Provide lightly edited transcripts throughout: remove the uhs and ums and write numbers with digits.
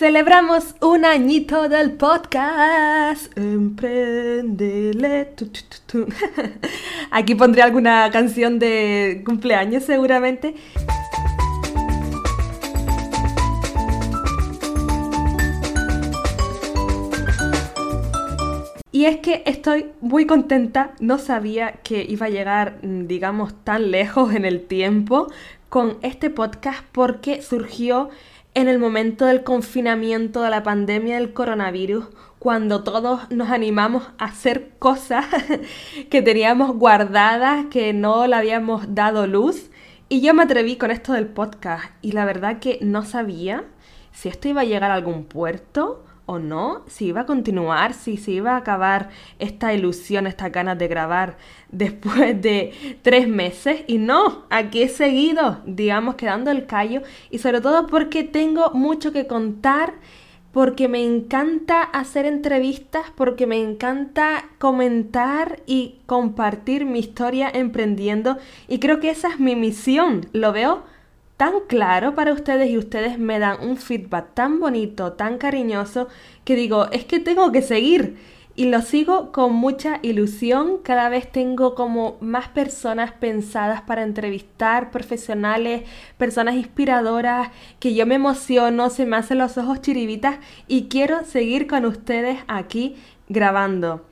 Celebramos un añito del podcast. Emprendele. Aquí pondré alguna canción de cumpleaños seguramente. Y es que estoy muy contenta, no sabía que iba a llegar, digamos, tan lejos en el tiempo con este podcast porque surgió en el momento del confinamiento de la pandemia del coronavirus, cuando todos nos animamos a hacer cosas que teníamos guardadas, que no le habíamos dado luz. Y yo me atreví con esto del podcast y la verdad que no sabía si esto iba a llegar a algún puerto o no, si iba a continuar, si se iba a acabar esta ilusión, estas ganas de grabar después de 3 meses. Y no, aquí he seguido, digamos, quedando el callo. Y sobre todo porque tengo mucho que contar, porque me encanta hacer entrevistas, porque me encanta comentar y compartir mi historia emprendiendo. Y creo que esa es mi misión, lo veo tan claro para ustedes y ustedes me dan un feedback tan bonito, tan cariñoso, que digo, es que tengo que seguir. Y lo sigo con mucha ilusión. Cada vez tengo como más personas pensadas para entrevistar, profesionales, personas inspiradoras, que yo me emociono, se me hacen los ojos chiribitas y quiero seguir con ustedes aquí grabando.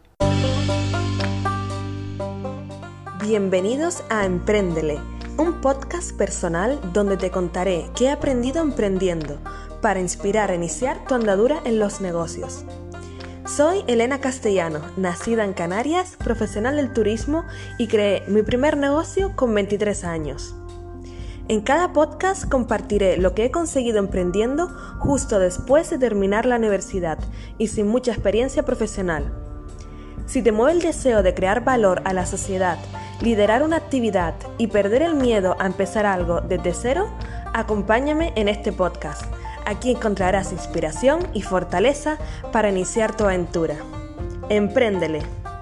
Bienvenidos a Empréndele, un podcast personal donde te contaré qué he aprendido emprendiendo para inspirar a iniciar tu andadura en los negocios. Soy Elena Castellano, nacida en Canarias, profesional del turismo y creé mi primer negocio con 23 años. En cada podcast compartiré lo que he conseguido emprendiendo justo después de terminar la universidad y sin mucha experiencia profesional. Si te mueve el deseo de crear valor a la sociedad, liderar una actividad y perder el miedo a empezar algo desde cero, acompáñame en este podcast. Aquí encontrarás inspiración y fortaleza para iniciar tu aventura. Empréndele.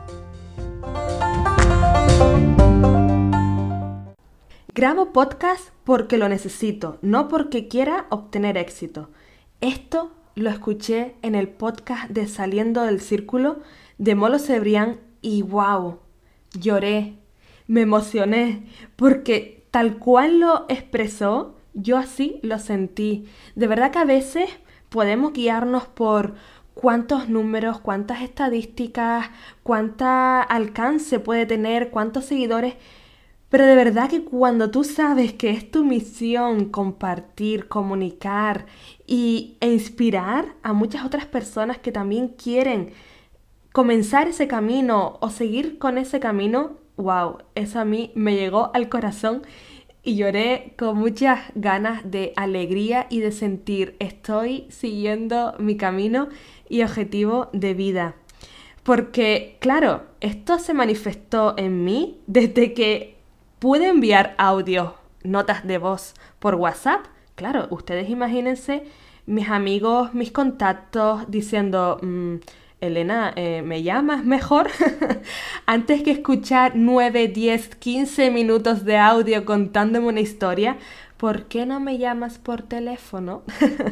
Grabo podcast porque lo necesito, no porque quiera obtener éxito. Esto lo escuché en el podcast de Saliendo del Círculo de Molo Cebrián y ¡wow! Lloré, me emocioné, porque tal cual lo expresó, yo así lo sentí. De verdad que a veces podemos guiarnos por cuántos números, cuántas estadísticas, cuánta alcance puede tener, cuántos seguidores. Pero de verdad que cuando tú sabes que es tu misión compartir, comunicar e inspirar a muchas otras personas que también quieren comenzar ese camino o seguir con ese camino, wow, eso a mí me llegó al corazón y lloré con muchas ganas de alegría y de sentir estoy siguiendo mi camino y objetivo de vida. Porque, claro, esto se manifestó en mí desde que pude enviar audios, notas de voz por WhatsApp. Claro, ustedes imagínense mis amigos, mis contactos diciendo, Elena, ¿me llamas mejor? Antes que escuchar 9, 10, 15 minutos de audio contándome una historia, ¿por qué no me llamas por teléfono?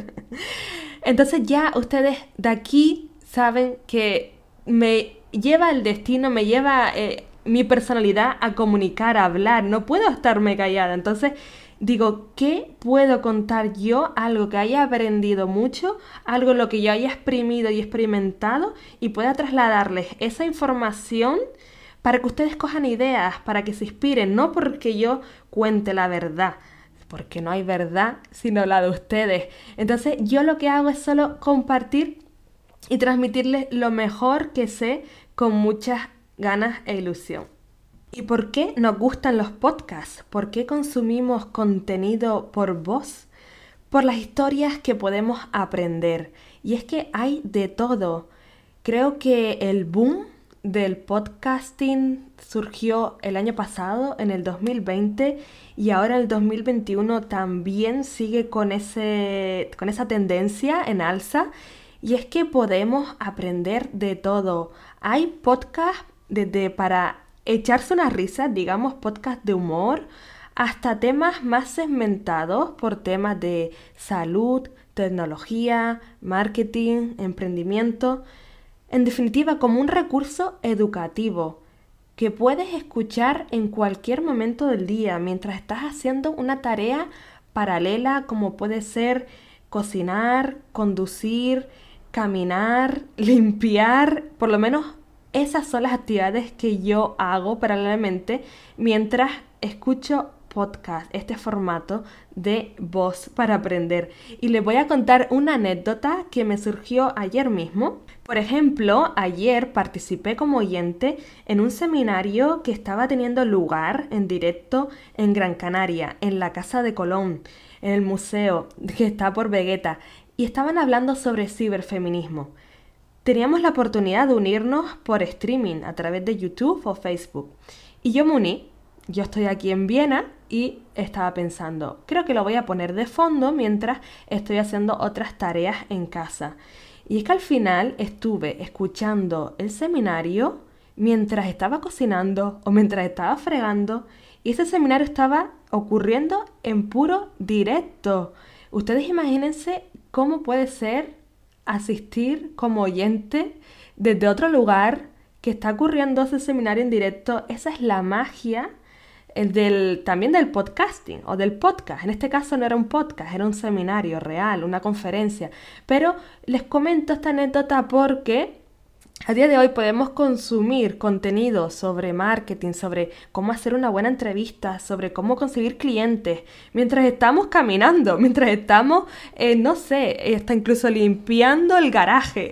Entonces ya ustedes de aquí saben que me lleva el destino, me lleva mi personalidad a comunicar, a hablar. No puedo estarme callada. Entonces digo, ¿qué puedo contar yo? Algo que haya aprendido mucho, algo en lo que yo haya exprimido y experimentado y pueda trasladarles esa información para que ustedes cojan ideas, para que se inspiren, no porque yo cuente la verdad, porque no hay verdad sino la de ustedes. Entonces yo lo que hago es solo compartir y transmitirles lo mejor que sé con muchas ganas e ilusión. ¿Y por qué nos gustan los podcasts? ¿Por qué consumimos contenido por voz? Por las historias que podemos aprender. Y es que hay de todo. Creo que el boom del podcasting surgió el año pasado, en el 2020, y ahora el 2021 también sigue con esa tendencia en alza. Y es que podemos aprender de todo. Hay podcasts desde para echarse una risa, digamos, podcast de humor, hasta temas más segmentados por temas de salud, tecnología, marketing, emprendimiento, en definitiva como un recurso educativo que puedes escuchar en cualquier momento del día mientras estás haciendo una tarea paralela como puede ser cocinar, conducir, caminar, limpiar, por lo menos esas son las actividades que yo hago paralelamente mientras escucho podcast, este formato de voz para aprender. Y les voy a contar una anécdota que me surgió ayer mismo. Por ejemplo, ayer participé como oyente en un seminario que estaba teniendo lugar en directo en Gran Canaria, en la Casa de Colón, en el museo que está por Vegueta, y estaban hablando sobre ciberfeminismo. Teníamos la oportunidad de unirnos por streaming a través de YouTube o Facebook. Y yo me uní. Yo estoy aquí en Viena y estaba pensando, creo que lo voy a poner de fondo mientras estoy haciendo otras tareas en casa. Y es que al final estuve escuchando el seminario mientras estaba cocinando o mientras estaba fregando y ese seminario estaba ocurriendo en puro directo. Ustedes imagínense cómo puede ser asistir como oyente desde otro lugar que está ocurriendo ese seminario en directo. Esa es la magia también del podcasting o del podcast. En este caso no era un podcast, era un seminario real, una conferencia. Pero les comento esta anécdota porque a día de hoy podemos consumir contenido sobre marketing, sobre cómo hacer una buena entrevista, sobre cómo conseguir clientes, mientras estamos caminando, mientras estamos, no sé, hasta incluso limpiando el garaje.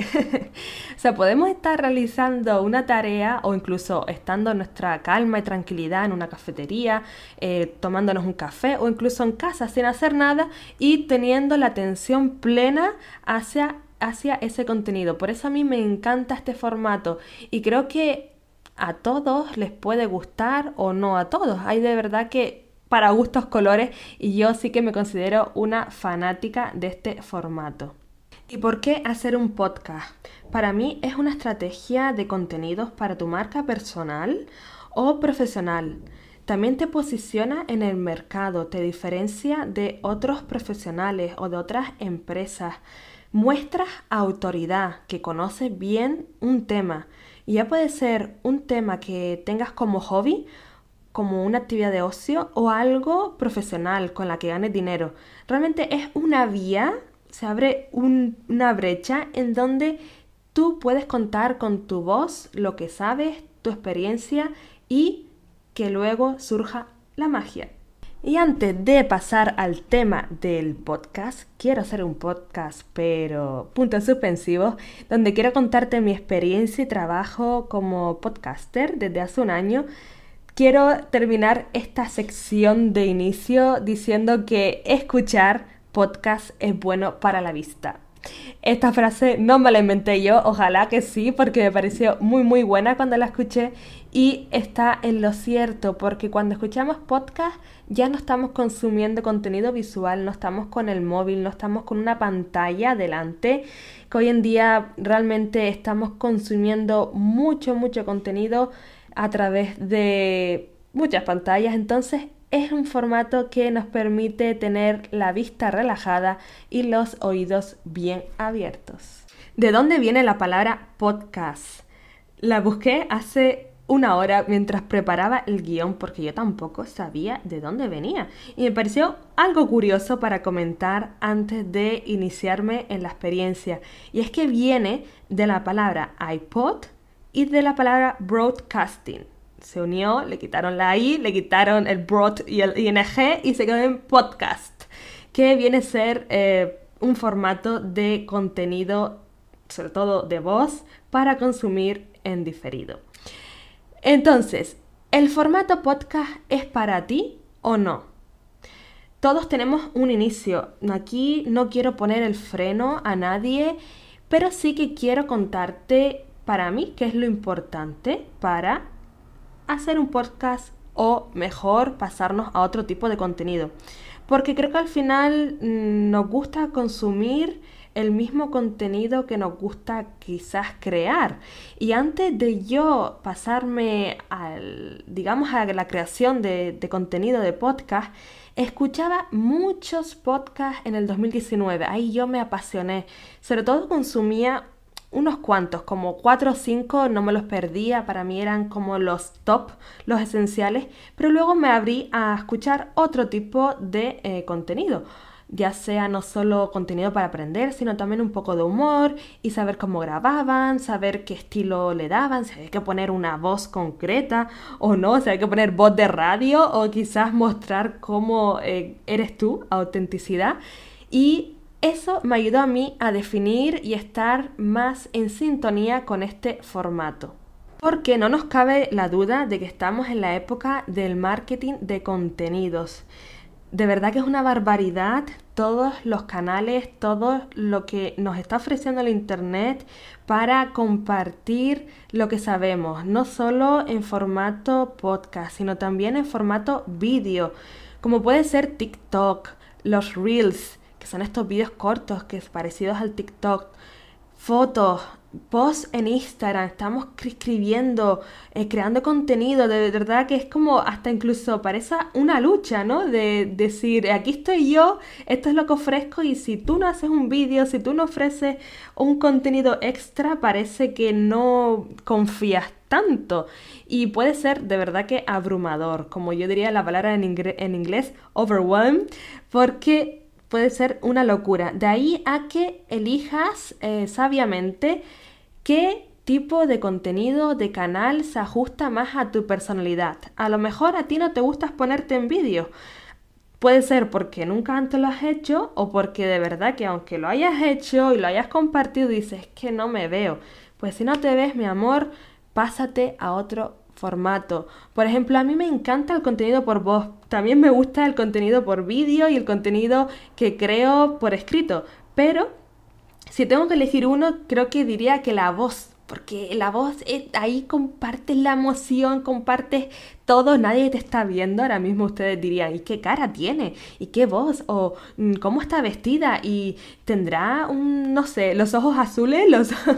O sea, podemos estar realizando una tarea o incluso estando en nuestra calma y tranquilidad en una cafetería, tomándonos un café o incluso en casa sin hacer nada y teniendo la atención plena hacia ese contenido. Por eso a mí me encanta este formato y creo que a todos les puede gustar o no a todos. Hay de verdad que para gustos colores y yo sí que me considero una fanática de este formato. ¿Y por qué hacer un podcast? Para mí es una estrategia de contenidos para tu marca personal o profesional. También te posiciona en el mercado, te diferencia de otros profesionales o de otras empresas. Muestras autoridad, que conoces bien un tema. Y ya puede ser un tema que tengas como hobby, como una actividad de ocio o algo profesional con la que ganes dinero. Realmente es una vía, se abre una brecha en donde tú puedes contar con tu voz, lo que sabes, tu experiencia y que luego surja la magia. Y antes de pasar al tema del podcast, quiero hacer un podcast, pero puntos suspensivos, donde quiero contarte mi experiencia y trabajo como podcaster desde hace un año. Quiero terminar esta sección de inicio diciendo que escuchar podcast es bueno para la vista. Esta frase no me la inventé yo, ojalá que sí, porque me pareció muy buena cuando la escuché y está en lo cierto, porque cuando escuchamos podcast ya no estamos consumiendo contenido visual, no estamos con el móvil, no estamos con una pantalla delante, que hoy en día realmente estamos consumiendo mucho contenido a través de muchas pantallas, entonces es un formato que nos permite tener la vista relajada y los oídos bien abiertos. ¿De dónde viene la palabra podcast? La busqué hace una hora mientras preparaba el guión porque yo tampoco sabía de dónde venía y me pareció algo curioso para comentar antes de iniciarme en la experiencia, y es que viene de la palabra iPod y de la palabra broadcasting. Se unió, le quitaron la I, le quitaron el broad y el ing y se quedó en podcast, que viene a ser un formato de contenido, sobre todo de voz, para consumir en diferido. Entonces, ¿el formato podcast es para ti o no? Todos tenemos un inicio. Aquí no quiero poner el freno a nadie, pero sí que quiero contarte para mí qué es lo importante para hacer un podcast o mejor pasarnos a otro tipo de contenido. Porque creo que al final nos gusta consumir el mismo contenido que nos gusta quizás crear. Y antes de yo pasarme a la creación de contenido de podcast, Escuchaba muchos podcasts en el 2019, ahí yo me apasioné, sobre todo consumía unos cuantos, como 4 o 5, no me los perdía, para mí eran como los top, los esenciales, pero luego me abrí a escuchar otro tipo de contenido, ya sea no solo contenido para aprender, sino también un poco de humor y saber cómo grababan, saber qué estilo le daban, si había que poner una voz concreta o no, si había que poner voz de radio o quizás mostrar cómo eres tú, autenticidad. Y eso me ayudó a mí a definir y estar más en sintonía con este formato. Porque no nos cabe la duda de que estamos en la época del marketing de contenidos. De verdad que es una barbaridad todos los canales, todo lo que nos está ofreciendo el internet para compartir lo que sabemos, no solo en formato podcast, sino también en formato vídeo, como puede ser TikTok, los Reels, que son estos vídeos cortos que es parecidos al TikTok, fotos, posts en Instagram, estamos escribiendo, creando contenido, de verdad que es como hasta incluso parece una lucha, ¿no? De decir, aquí estoy yo, esto es lo que ofrezco y si tú no haces un vídeo, si tú no ofreces un contenido extra, parece que no confías tanto y puede ser de verdad que abrumador, como yo diría la palabra en inglés, overwhelmed, porque puede ser una locura. De ahí a que elijas sabiamente qué tipo de contenido, de canal se ajusta más a tu personalidad. A lo mejor a ti no te gusta ponerte en vídeo. Puede ser porque nunca antes lo has hecho o porque de verdad que aunque lo hayas hecho y lo hayas compartido dices que no me veo. Pues si no te ves, mi amor, pásate a otro formato. Por ejemplo, a mí me encanta el contenido por voz. También me gusta el contenido por vídeo y el contenido que creo por escrito. Pero si tengo que elegir uno, creo que diría que la voz. Porque la voz, ahí compartes la emoción, compartes todo, nadie te está viendo. Ahora mismo ustedes dirían, ¿y qué cara tiene? ¿Y qué voz? ¿O cómo está vestida? ¿Y tendrá no sé, los ojos azules?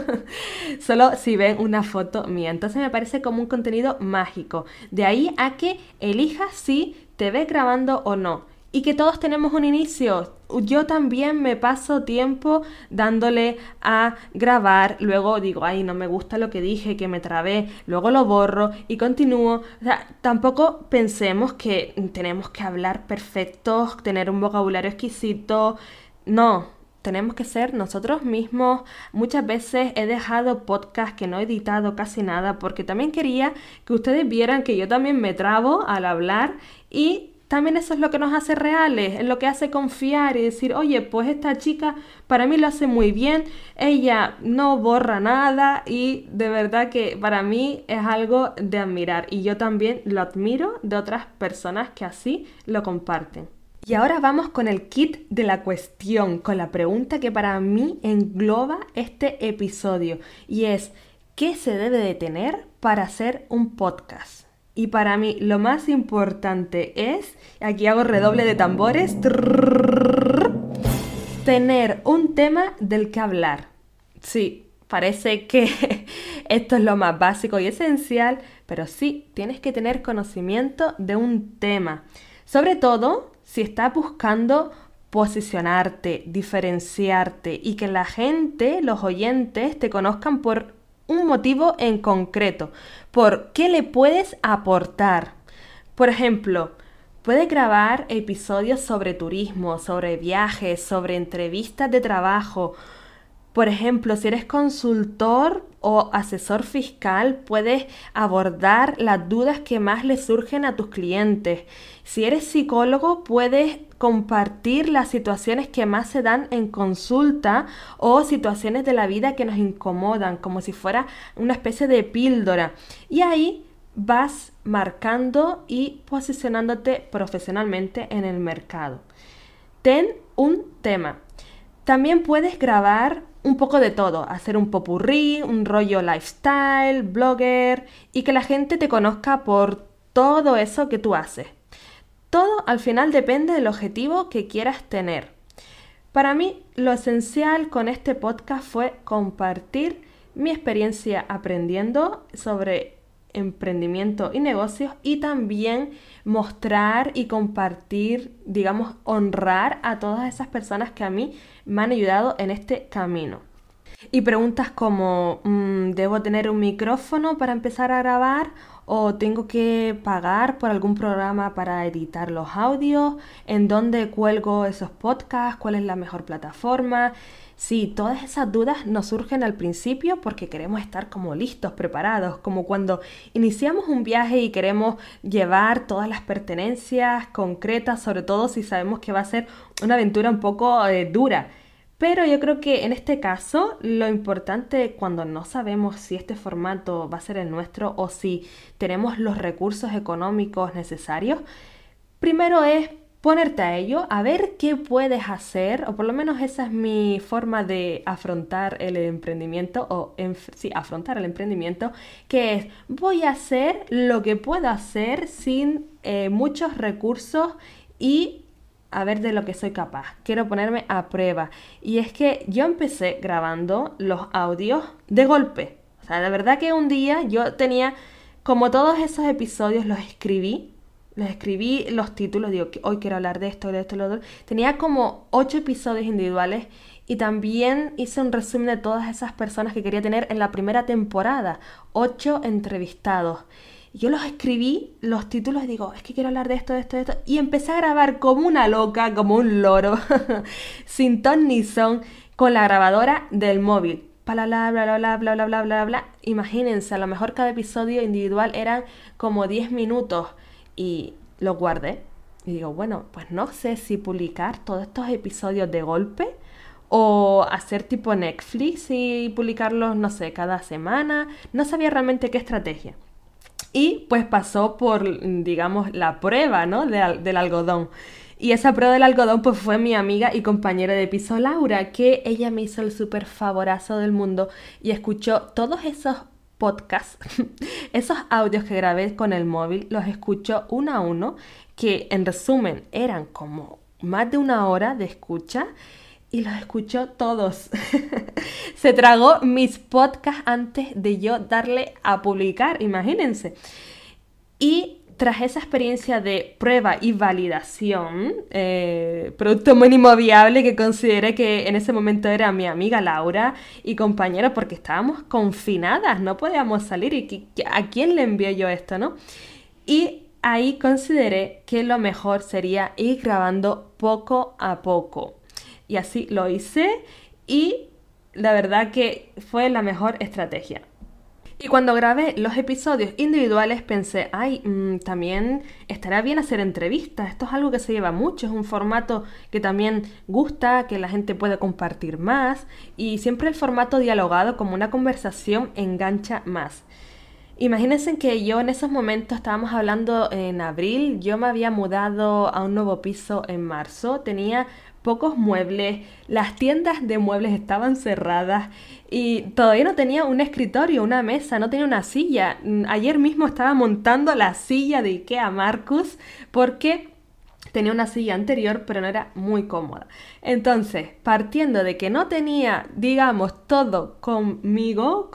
Solo si ven una foto mía. Entonces me parece como un contenido mágico. De ahí a que elijas si te ves grabando o no. Y que todos tenemos un inicio. Yo también me paso tiempo dándole a grabar, luego digo, ay, no me gusta lo que dije, que me trabé, luego lo borro y continúo. O sea, tampoco pensemos que tenemos que hablar perfectos, tener un vocabulario exquisito. No, tenemos que ser nosotros mismos. Muchas veces he dejado podcasts que no he editado casi nada porque también quería que ustedes vieran que yo también me trabo al hablar y también eso es lo que nos hace reales, es lo que hace confiar y decir, oye, pues esta chica para mí lo hace muy bien, ella no borra nada y de verdad que para mí es algo de admirar y yo también lo admiro de otras personas que así lo comparten. Y ahora vamos con el kit de la cuestión, con la pregunta que para mí engloba este episodio y es, ¿qué se debe de tener para hacer un podcast? Y para mí lo más importante es, aquí hago redoble de tambores, tener un tema del que hablar. Sí, parece que esto es lo más básico y esencial, pero sí, tienes que tener conocimiento de un tema. Sobre todo si estás buscando posicionarte, diferenciarte y que la gente, los oyentes, te conozcan por un motivo en concreto, por qué le puedes aportar. Por ejemplo, puedes grabar episodios sobre turismo, sobre viajes, sobre entrevistas de trabajo. Por ejemplo, si eres consultor o asesor fiscal, puedes abordar las dudas que más le surgen a tus clientes. Si eres psicólogo, puedes compartir las situaciones que más se dan en consulta o situaciones de la vida que nos incomodan, como si fuera una especie de píldora. Y ahí vas marcando y posicionándote profesionalmente en el mercado. Ten un tema. También puedes grabar un poco de todo, hacer un popurrí, un rollo lifestyle, blogger y que la gente te conozca por todo eso que tú haces. Todo al final depende del objetivo que quieras tener. Para mí, lo esencial con este podcast fue compartir mi experiencia aprendiendo sobre emprendimiento y negocios, y también mostrar y compartir, digamos, honrar a todas esas personas que a mí me han ayudado en este camino. Y preguntas como, ¿debo tener un micrófono para empezar a grabar? ¿O tengo que pagar por algún programa para editar los audios? ¿En dónde cuelgo esos podcasts? ¿Cuál es la mejor plataforma? Sí, todas esas dudas nos surgen al principio porque queremos estar como listos, preparados, como cuando iniciamos un viaje y queremos llevar todas las pertenencias concretas, sobre todo si sabemos que va a ser una aventura un poco dura. Pero yo creo que en este caso lo importante cuando no sabemos si este formato va a ser el nuestro o si tenemos los recursos económicos necesarios, primero es ponerte a ello, a ver qué puedes hacer, o por lo menos esa es mi forma de afrontar el emprendimiento, sí, afrontar el emprendimiento, que es voy a hacer lo que puedo hacer sin muchos recursos y a ver de lo que soy capaz. Quiero ponerme a prueba. Y es que yo empecé grabando los audios de golpe. O sea, de verdad que un día yo tenía, como todos esos episodios, los escribí los títulos, digo, que hoy quiero hablar de esto, lo otro. Tenía como 8 episodios individuales y también hice un resumen de todas esas personas que quería tener en la primera temporada. 8 entrevistados. Yo los escribí, los títulos, y digo, es que quiero hablar de esto, y empecé a grabar como una loca, como un loro, sin ton ni son, con la grabadora del móvil. Bla, bla, bla, bla, bla, bla, bla, bla, bla. Imagínense, a lo mejor cada episodio individual eran como 10 minutos, y lo guardé. Y digo, bueno, pues no sé si publicar todos estos episodios de golpe, o hacer tipo Netflix y publicarlos, no sé, cada semana. No sabía realmente qué estrategia. Y pues pasó por, digamos, la prueba, ¿no? Del algodón. Y esa prueba del algodón pues fue mi amiga y compañera de piso Laura, que ella me hizo el súper favorazo del mundo y escuchó todos esos podcasts, esos audios que grabé con el móvil, los escuchó uno a uno, que en resumen eran como más de una hora de escucha, y los escuchó todos. Se tragó mis podcasts antes de yo darle a publicar, imagínense. Y tras esa experiencia de prueba y validación, producto mínimo viable que consideré que en ese momento era mi amiga Laura y compañera, porque estábamos confinadas, no podíamos salir, y ¿a quién le envié yo esto, no? Y ahí consideré que lo mejor sería ir grabando poco a poco. Y así lo hice, y la verdad que fue la mejor estrategia. Y cuando grabé los episodios individuales pensé, también estará bien hacer entrevistas. Esto es algo que se lleva mucho, es un formato que también gusta, que la gente puede compartir más, y siempre el formato dialogado como una conversación engancha más. Imagínense que yo en esos momentos, estábamos hablando en abril, yo me había mudado a un nuevo piso en marzo, tenía pocos muebles, las tiendas de muebles estaban cerradas y todavía no tenía un escritorio, una mesa, no tenía una silla. Ayer mismo estaba montando la silla de IKEA Marcus porque tenía una silla anterior, pero no era muy cómoda. Entonces, partiendo de que no tenía, digamos, todo conmigo,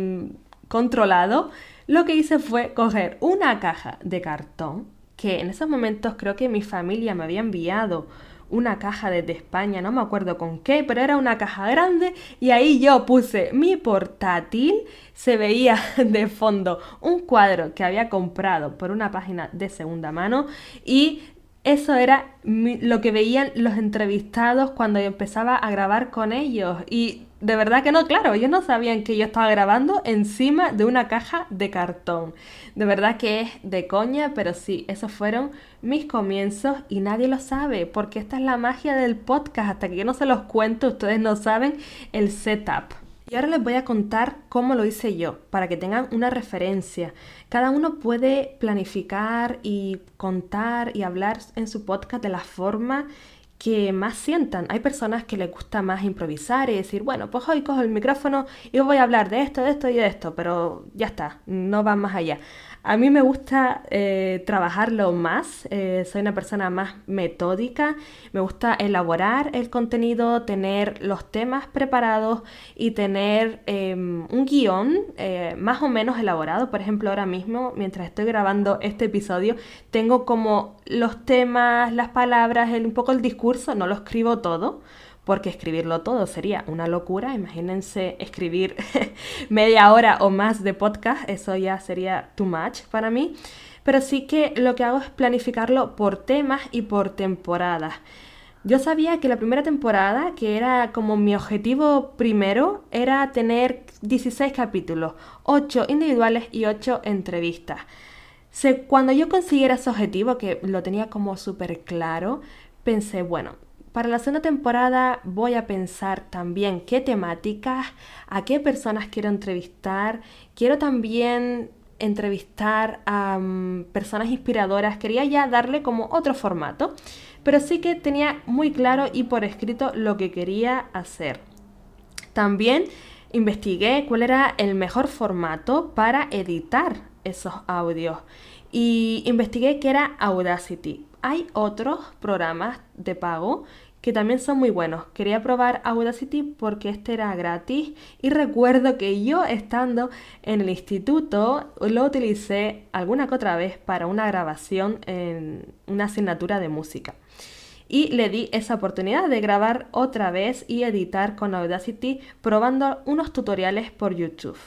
controlado, lo que hice fue coger una caja de cartón, que en esos momentos creo que mi familia me había enviado una caja desde España, no me acuerdo con qué, pero era una caja grande, y ahí yo puse mi portátil, se veía de fondo un cuadro que había comprado por una página de segunda mano, y eso era lo que veían los entrevistados cuando yo empezaba a grabar con ellos. Y de verdad que no, claro, ellos no sabían que yo estaba grabando encima de una caja de cartón. De verdad que es de coña, pero sí, esos fueron mis comienzos y nadie lo sabe, porque esta es la magia del podcast. Hasta que yo no se los cuento, ustedes no saben el setup. Y ahora les voy a contar cómo lo hice yo, para que tengan una referencia. Cada uno puede planificar y contar y hablar en su podcast de la forma que más sientan. Hay personas que les gusta más improvisar y decir, bueno, pues hoy cojo el micrófono y voy a hablar de esto y de esto, pero ya está, no va más allá. A mí me gusta trabajarlo más, soy una persona más metódica, me gusta elaborar el contenido, tener los temas preparados y tener un guión más o menos elaborado. Por ejemplo, ahora mismo, mientras estoy grabando este episodio, tengo como los temas, las palabras, un poco el discurso, no lo escribo todo porque escribirlo todo sería una locura. Imagínense escribir media hora o más de podcast, eso ya sería too much para mí. Pero sí que lo que hago es planificarlo por temas y por temporadas. Yo sabía que la primera temporada, que era como mi objetivo primero, era tener 16 capítulos, 8 individuales y 8 entrevistas. Cuando yo consiguiera ese objetivo, que lo tenía como súper claro, pensé, bueno, para la segunda temporada voy a pensar también qué temáticas, a qué personas quiero entrevistar. Quiero también entrevistar a personas inspiradoras. Quería ya darle como otro formato, pero sí que tenía muy claro y por escrito lo que quería hacer. También investigué cuál era el mejor formato para editar esos audios y investigué que era Audacity. Hay otros programas de pago que también son muy buenos. Quería probar Audacity porque este era gratis y recuerdo que yo estando en el instituto lo utilicé alguna que otra vez para una grabación en una asignatura de música. Y le di esa oportunidad de grabar otra vez y editar con Audacity probando unos tutoriales por YouTube.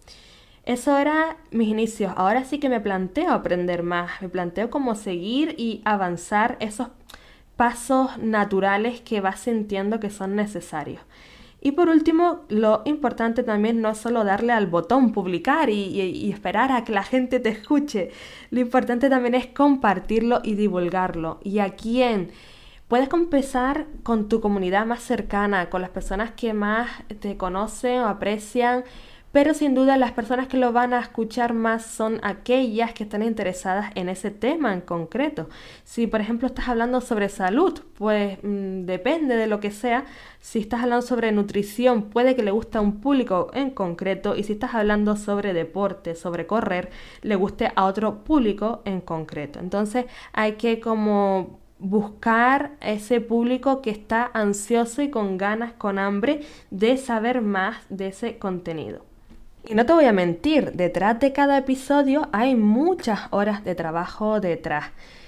Eso era mis inicios. Ahora sí que me planteo aprender más, me planteo cómo seguir y avanzar esos pasos naturales que vas sintiendo que son necesarios. Y por último, lo importante también no es solo darle al botón publicar y esperar a que la gente te escuche. Lo importante también es compartirlo y divulgarlo. ¿Y a quién? Puedes empezar con tu comunidad más cercana, con las personas que más te conocen o aprecian, pero sin duda las personas que lo van a escuchar más son aquellas que están interesadas en ese tema en concreto. Si por ejemplo estás hablando sobre salud, pues depende de lo que sea. Si estás hablando sobre nutrición, puede que le guste a un público en concreto, y si estás hablando sobre deporte, sobre correr, le guste a otro público en concreto. Entonces hay que como buscar ese público que está ansioso y con ganas, con hambre de saber más de ese contenido. Y no te voy a mentir, detrás de cada episodio hay muchas horas de trabajo detrás.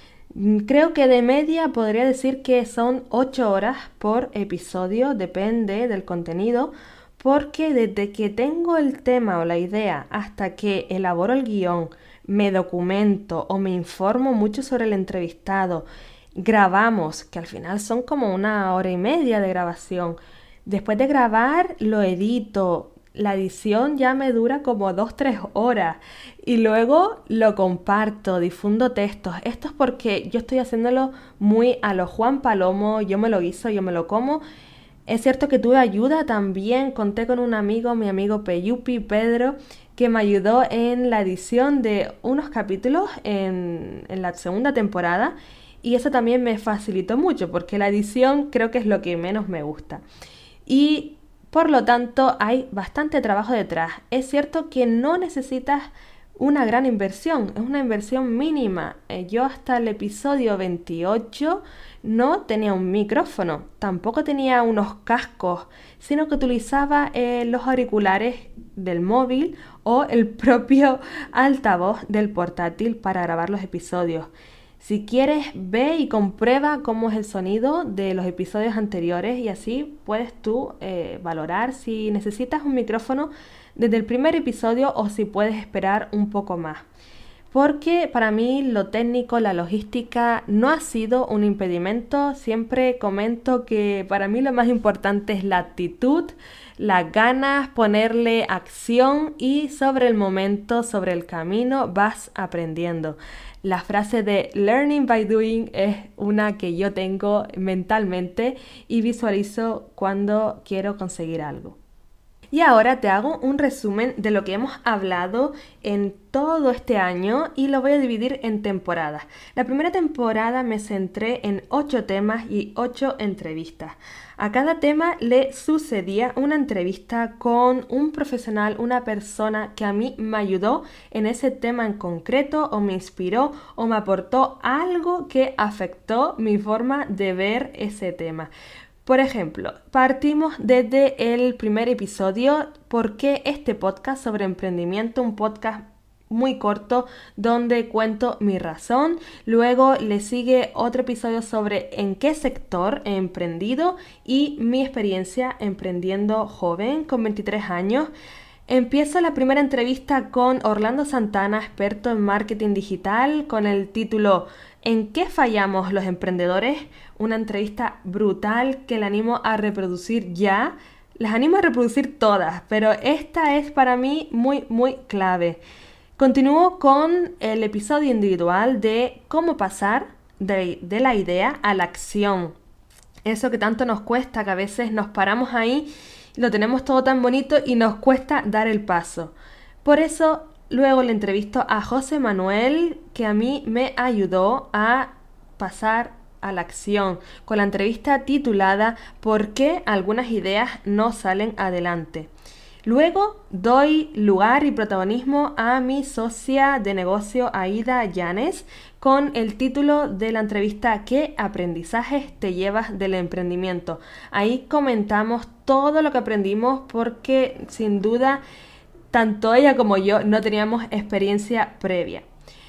Creo que de media podría decir que son 8 horas por episodio, depende del contenido, porque desde que tengo el tema o la idea hasta que elaboro el guión, me documento o me informo mucho sobre el entrevistado, grabamos, que al final son como 1 hora y media de grabación. Después de grabar, lo edito. La edición ya me dura como 2-3 horas y luego lo comparto, difundo textos. Esto es porque yo estoy haciéndolo muy a lo Juan Palomo, yo me lo guiso, yo me lo como. Es cierto que tuve ayuda también, conté con un amigo, mi amigo Peyupi, Pedro, que me ayudó en la edición de unos capítulos en la segunda temporada, y eso también me facilitó mucho porque la edición creo que es lo que menos me gusta. Y por lo tanto, hay bastante trabajo detrás. Es cierto que no necesitas una gran inversión, es una inversión mínima. Yo hasta el episodio 28 no tenía un micrófono, tampoco tenía unos cascos, sino que utilizaba los auriculares del móvil o el propio altavoz del portátil para grabar los episodios. Si quieres, ve y comprueba cómo es el sonido de los episodios anteriores y así puedes tú valorar si necesitas un micrófono desde el primer episodio o si puedes esperar un poco más. Porque para mí lo técnico, la logística no ha sido un impedimento. Siempre comento que para mí lo más importante es la actitud, las ganas, ponerle acción y sobre el momento, sobre el camino vas aprendiendo. La frase de learning by doing es una que yo tengo mentalmente y visualizo cuando quiero conseguir algo. Y ahora te hago un resumen de lo que hemos hablado en todo este año y lo voy a dividir en temporadas. La primera temporada me centré en 8 temas y 8 entrevistas. A cada tema le sucedía una entrevista con un profesional, una persona que a mí me ayudó en ese tema en concreto o me inspiró o me aportó algo que afectó mi forma de ver ese tema. Por ejemplo, partimos desde el primer episodio, ¿por qué este podcast sobre emprendimiento? Un podcast muy corto donde cuento mi razón. Luego le sigue otro episodio sobre en qué sector he emprendido y mi experiencia emprendiendo joven con 23 años. Empiezo la primera entrevista con Orlando Santana, experto en marketing digital, con el título ¿En qué fallamos los emprendedores? Una entrevista brutal que le animo a reproducir ya. Las animo a reproducir todas, pero esta es para mí muy clave. Continúo con el episodio individual de cómo pasar de la idea a la acción. Eso que tanto nos cuesta, que a veces nos paramos ahí, lo tenemos todo tan bonito y nos cuesta dar el paso. Por eso luego le entrevisto a José Manuel, que a mí me ayudó a pasar a la acción, con la entrevista titulada ¿Por qué algunas ideas no salen adelante? Luego doy lugar y protagonismo a mi socia de negocio Aida Llanes con el título de la entrevista ¿Qué aprendizajes te llevas del emprendimiento? Ahí comentamos todo lo que aprendimos porque sin duda tanto ella como yo no teníamos experiencia previa.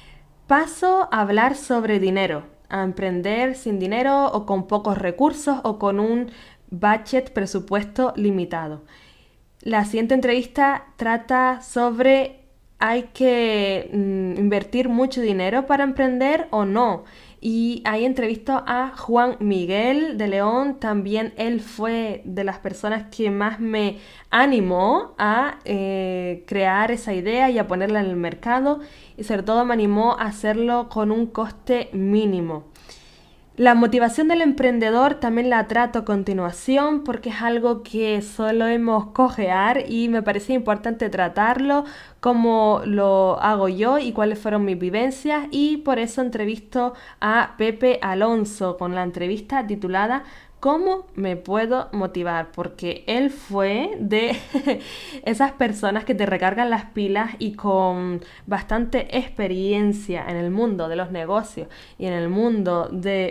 Paso a hablar sobre dinero, a emprender sin dinero o con pocos recursos o con un budget presupuesto limitado. La siguiente entrevista trata sobre ¿hay que invertir mucho dinero para emprender o no? Y ahí entrevisto a Juan Miguel de León, también él fue de las personas que más me animó a crear esa idea y a ponerla en el mercado y sobre todo me animó a hacerlo con un coste mínimo. La motivación del emprendedor también la trato a continuación porque es algo que solemos cojear y me parecía importante tratarlo, cómo lo hago yo y cuáles fueron mis vivencias y por eso entrevisto a Pepe Alonso con la entrevista titulada ¿Cómo me puedo motivar? Porque él fue de esas personas que te recargan las pilas y con bastante experiencia en el mundo de los negocios y en el mundo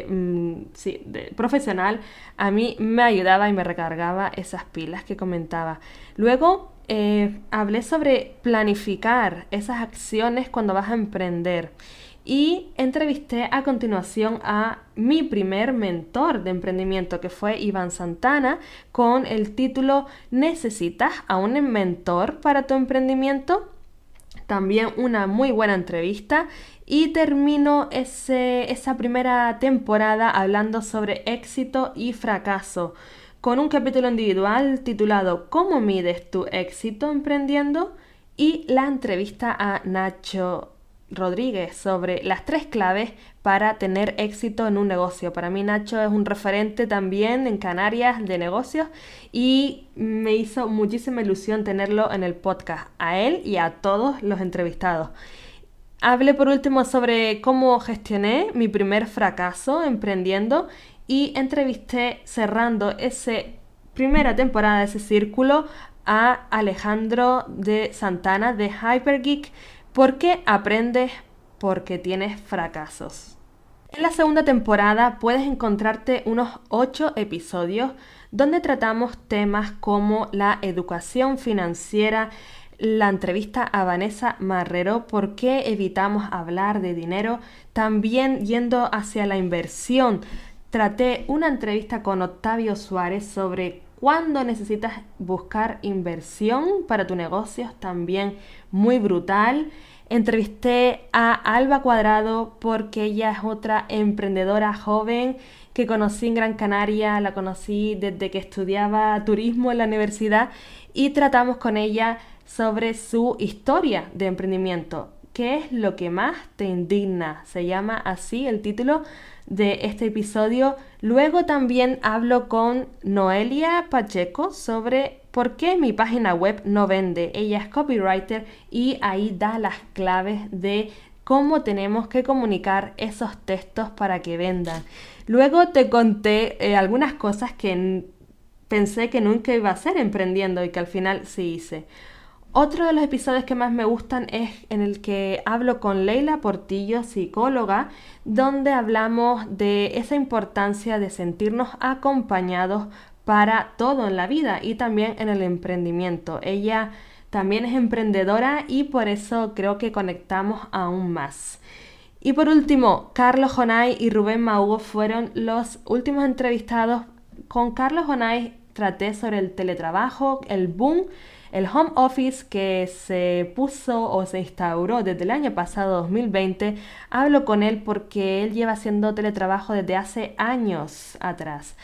de profesional, a mí me ayudaba y me recargaba esas pilas que comentaba. Luego hablé sobre planificar esas acciones cuando vas a emprender. Y entrevisté a continuación a mi primer mentor de emprendimiento, que fue Iván Santana, con el título ¿Necesitas a un mentor para tu emprendimiento? También una muy buena entrevista y termino esa primera temporada hablando sobre éxito y fracaso, con un capítulo individual titulado ¿Cómo mides tu éxito emprendiendo? Y la entrevista a Nacho Rodríguez sobre las 3 claves para tener éxito en un negocio. Para mí Nacho es un referente también en Canarias de negocios y me hizo muchísima ilusión tenerlo en el podcast, a él y a todos los entrevistados. Hablé por último sobre cómo gestioné mi primer fracaso emprendiendo y entrevisté cerrando esa primera temporada de ese círculo a Alejandro de Santana de Hypergeek. ¿Por qué aprendes? Porque tienes fracasos. En la segunda temporada puedes encontrarte unos 8 episodios donde tratamos temas como la educación financiera, la entrevista a Vanessa Marrero, por qué evitamos hablar de dinero, también yendo hacia la inversión. Traté una entrevista con Octavio Suárez sobre cuándo necesitas buscar inversión para tu negocio, también muy brutal. Entrevisté a Alba Cuadrado porque ella es otra emprendedora joven que conocí en Gran Canaria, la conocí desde que estudiaba turismo en la universidad y tratamos con ella sobre su historia de emprendimiento. ¿Qué es lo que más te indigna? Se llama así el título de este episodio. Luego también hablo con Noelia Pacheco sobre por qué mi página web no vende. Ella es copywriter y ahí da las claves de cómo tenemos que comunicar esos textos para que vendan. Luego te conté algunas cosas que pensé que nunca iba a hacer emprendiendo y que al final sí hice. Otro de los episodios que más me gustan es en el que hablo con Leila Portillo, psicóloga, donde hablamos de esa importancia de sentirnos acompañados para todo en la vida y también en el emprendimiento. Ella también es emprendedora y por eso creo que conectamos aún más. Y por último, Carlos Jonay y Rubén Mahugo fueron los últimos entrevistados. Con Carlos Jonay traté sobre el teletrabajo, el boom, el home office que se puso o se instauró desde el año pasado, 2020. Hablo con él porque él lleva haciendo teletrabajo desde hace años atrás.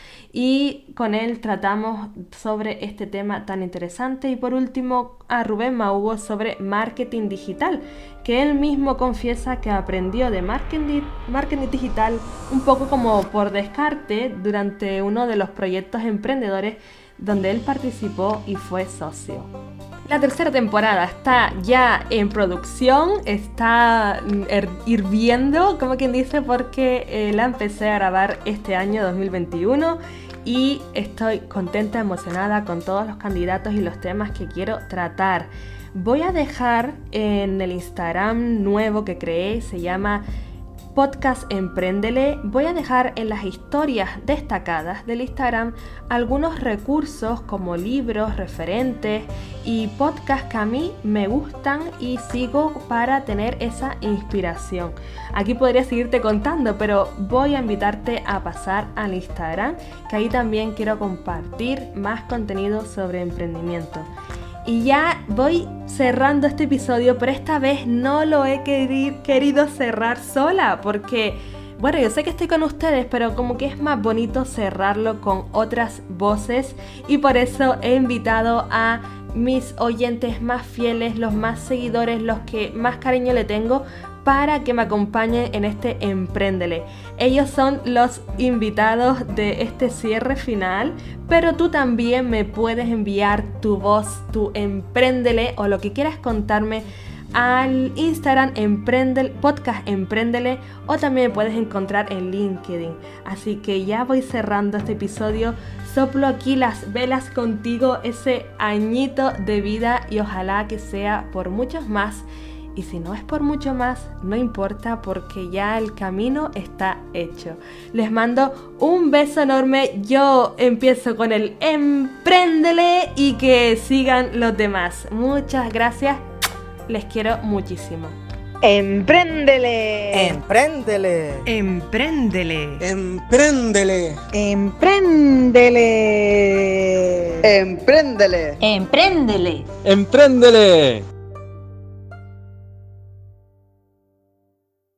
Y con él tratamos sobre este tema tan interesante. Y por último, a Rubén Mahugo sobre marketing digital, que él mismo confiesa que aprendió de marketing digital un poco como por descarte durante uno de los proyectos emprendedores donde él participó y fue socio. La tercera temporada está ya en producción, está hirviendo, como quien dice, porque la empecé a grabar este año 2021 y estoy contenta, emocionada con todos los candidatos y los temas que quiero tratar. Voy a dejar en el Instagram nuevo que creé, se llama Podcast Empréndele. Voy a dejar en las historias destacadas del Instagram algunos recursos como libros, referentes y podcasts que a mí me gustan y sigo para tener esa inspiración. Aquí podría seguirte contando, pero voy a invitarte a pasar al Instagram, que ahí también quiero compartir más contenido sobre emprendimiento. Y ya voy cerrando este episodio, pero esta vez no lo he querido cerrar sola, porque, bueno, yo sé que estoy con ustedes, pero como que es más bonito cerrarlo con otras voces y por eso he invitado a mis oyentes más fieles, los más seguidores, los que más cariño le tengo, para que me acompañen en este Empréndele. Ellos son los invitados de este cierre final, pero tú también me puedes enviar tu voz, tu Empréndele o lo que quieras contarme al Instagram Podcast Empréndele, o también me puedes encontrar en LinkedIn. Así que ya voy cerrando este episodio. Soplo aquí las velas contigo, ese añito de vida, y ojalá que sea por muchos más. Y si no es por mucho más, no importa, porque ya el camino está hecho. Les mando un beso enorme. Yo empiezo con el Empréndele y que sigan los demás. Muchas gracias. Les quiero muchísimo. ¡Empréndele! ¡Empréndele! ¡Empréndele! ¡Empréndele! ¡Empréndele! ¡Empréndele! ¡Empréndele! ¡Empréndele!